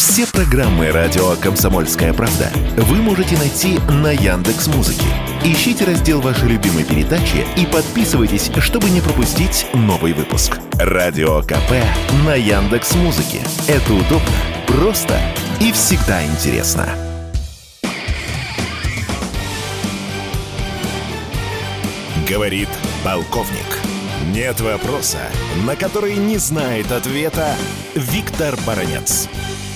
Все программы радио «Комсомольская правда» вы можете найти на Яндекс.Музыке. Ищите раздел вашей любимой передачи и подписывайтесь, чтобы не пропустить новый выпуск. Радио КП на Яндекс.Музыке. Это удобно, просто и всегда интересно. Говорит полковник. Нет вопроса, на который не знает ответа Виктор Баранец.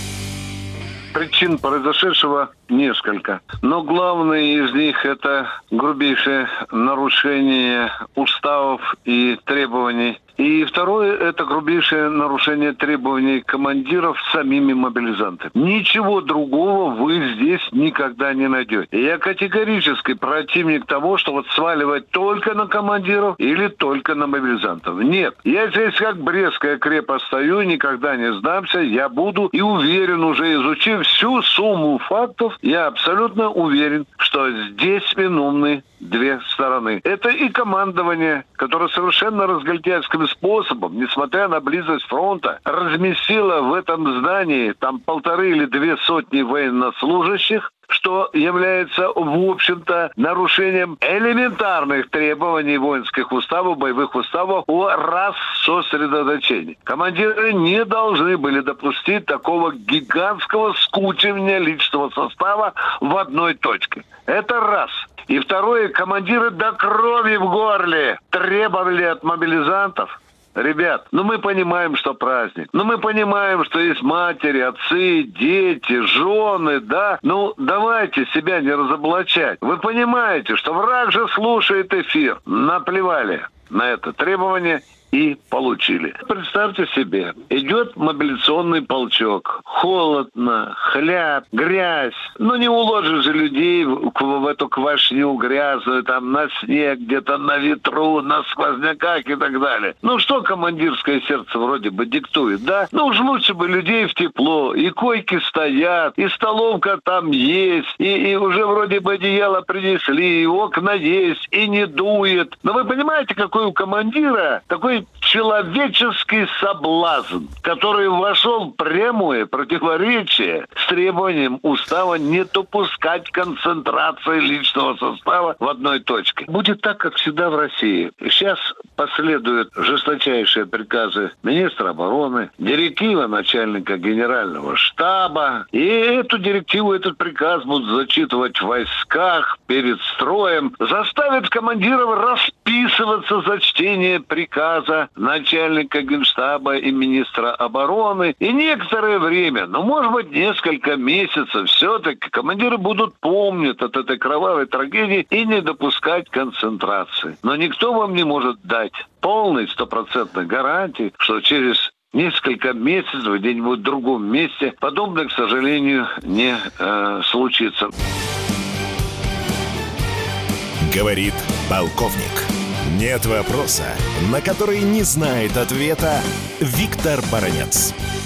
Причин произошедшего несколько. Но главное из них — это грубейшее нарушение уставов и требований. И второе — это грубейшее нарушение требований командиров самими мобилизантами. Ничего другого вы здесь никогда не найдете. Я категорически противник того, что вот сваливать только на командиров или только на мобилизантов. Нет. Я здесь как Брестская крепость стою, никогда не сдамся. Я буду и уверен, уже изучив всю сумму фактов, я абсолютно уверен, что здесь виновны две стороны. Это и командование, которое совершенно разгильдяйским способом, несмотря на близость фронта, разместило в этом здании там 1,5 или 2 сотни военнослужащих, что является, в общем-то, нарушением элементарных требований воинских уставов, боевых уставов о рассосредоточении. Командиры не должны были допустить такого гигантского скучивания личного состава в одной точке. Это раз. И второе, командиры до крови в горле требовали от мобилизантов: ребят, мы понимаем, что праздник. Мы понимаем, что есть матери, отцы, дети, жены, да? Давайте себя не разоблачать. Вы понимаете, что враг же слушает эфир. Наплевали на это требование и получили. Представьте себе, идет мобилизационный полчок. Холодно, хляб, грязь. Не уложишь же людей в эту квашню грязную, там на снег, где-то на ветру, на сквозняках и так далее. Что командирское сердце вроде бы диктует, да? Уж лучше бы людей в тепло. И койки стоят, и столовка там есть, и уже вроде бы одеяло принесли, и окна есть, и не дует. Но вы понимаете, какой у командира такой человеческий соблазн, который вошел в прямое противоречие с требованием устава не допускать концентрации личного состава в одной точке. Будет так, как всегда в России. Сейчас последуют жесточайшие приказы министра обороны, директива начальника генерального штаба. И эту директиву, этот приказ будут зачитывать в войсках перед строем, заставят командиров расписываться за чтение приказа начальника генштаба и министра обороны. И некоторое время, может быть, несколько месяцев, все-таки командиры будут помнить от этой кровавой трагедии и не допускать концентрации. Но никто вам не может дать полной 100% гарантии, что через несколько месяцев где-нибудь в другом месте подобное, к сожалению, не случится. Говорит полковник. Нет вопроса, на который не знает ответа Виктор Баранец.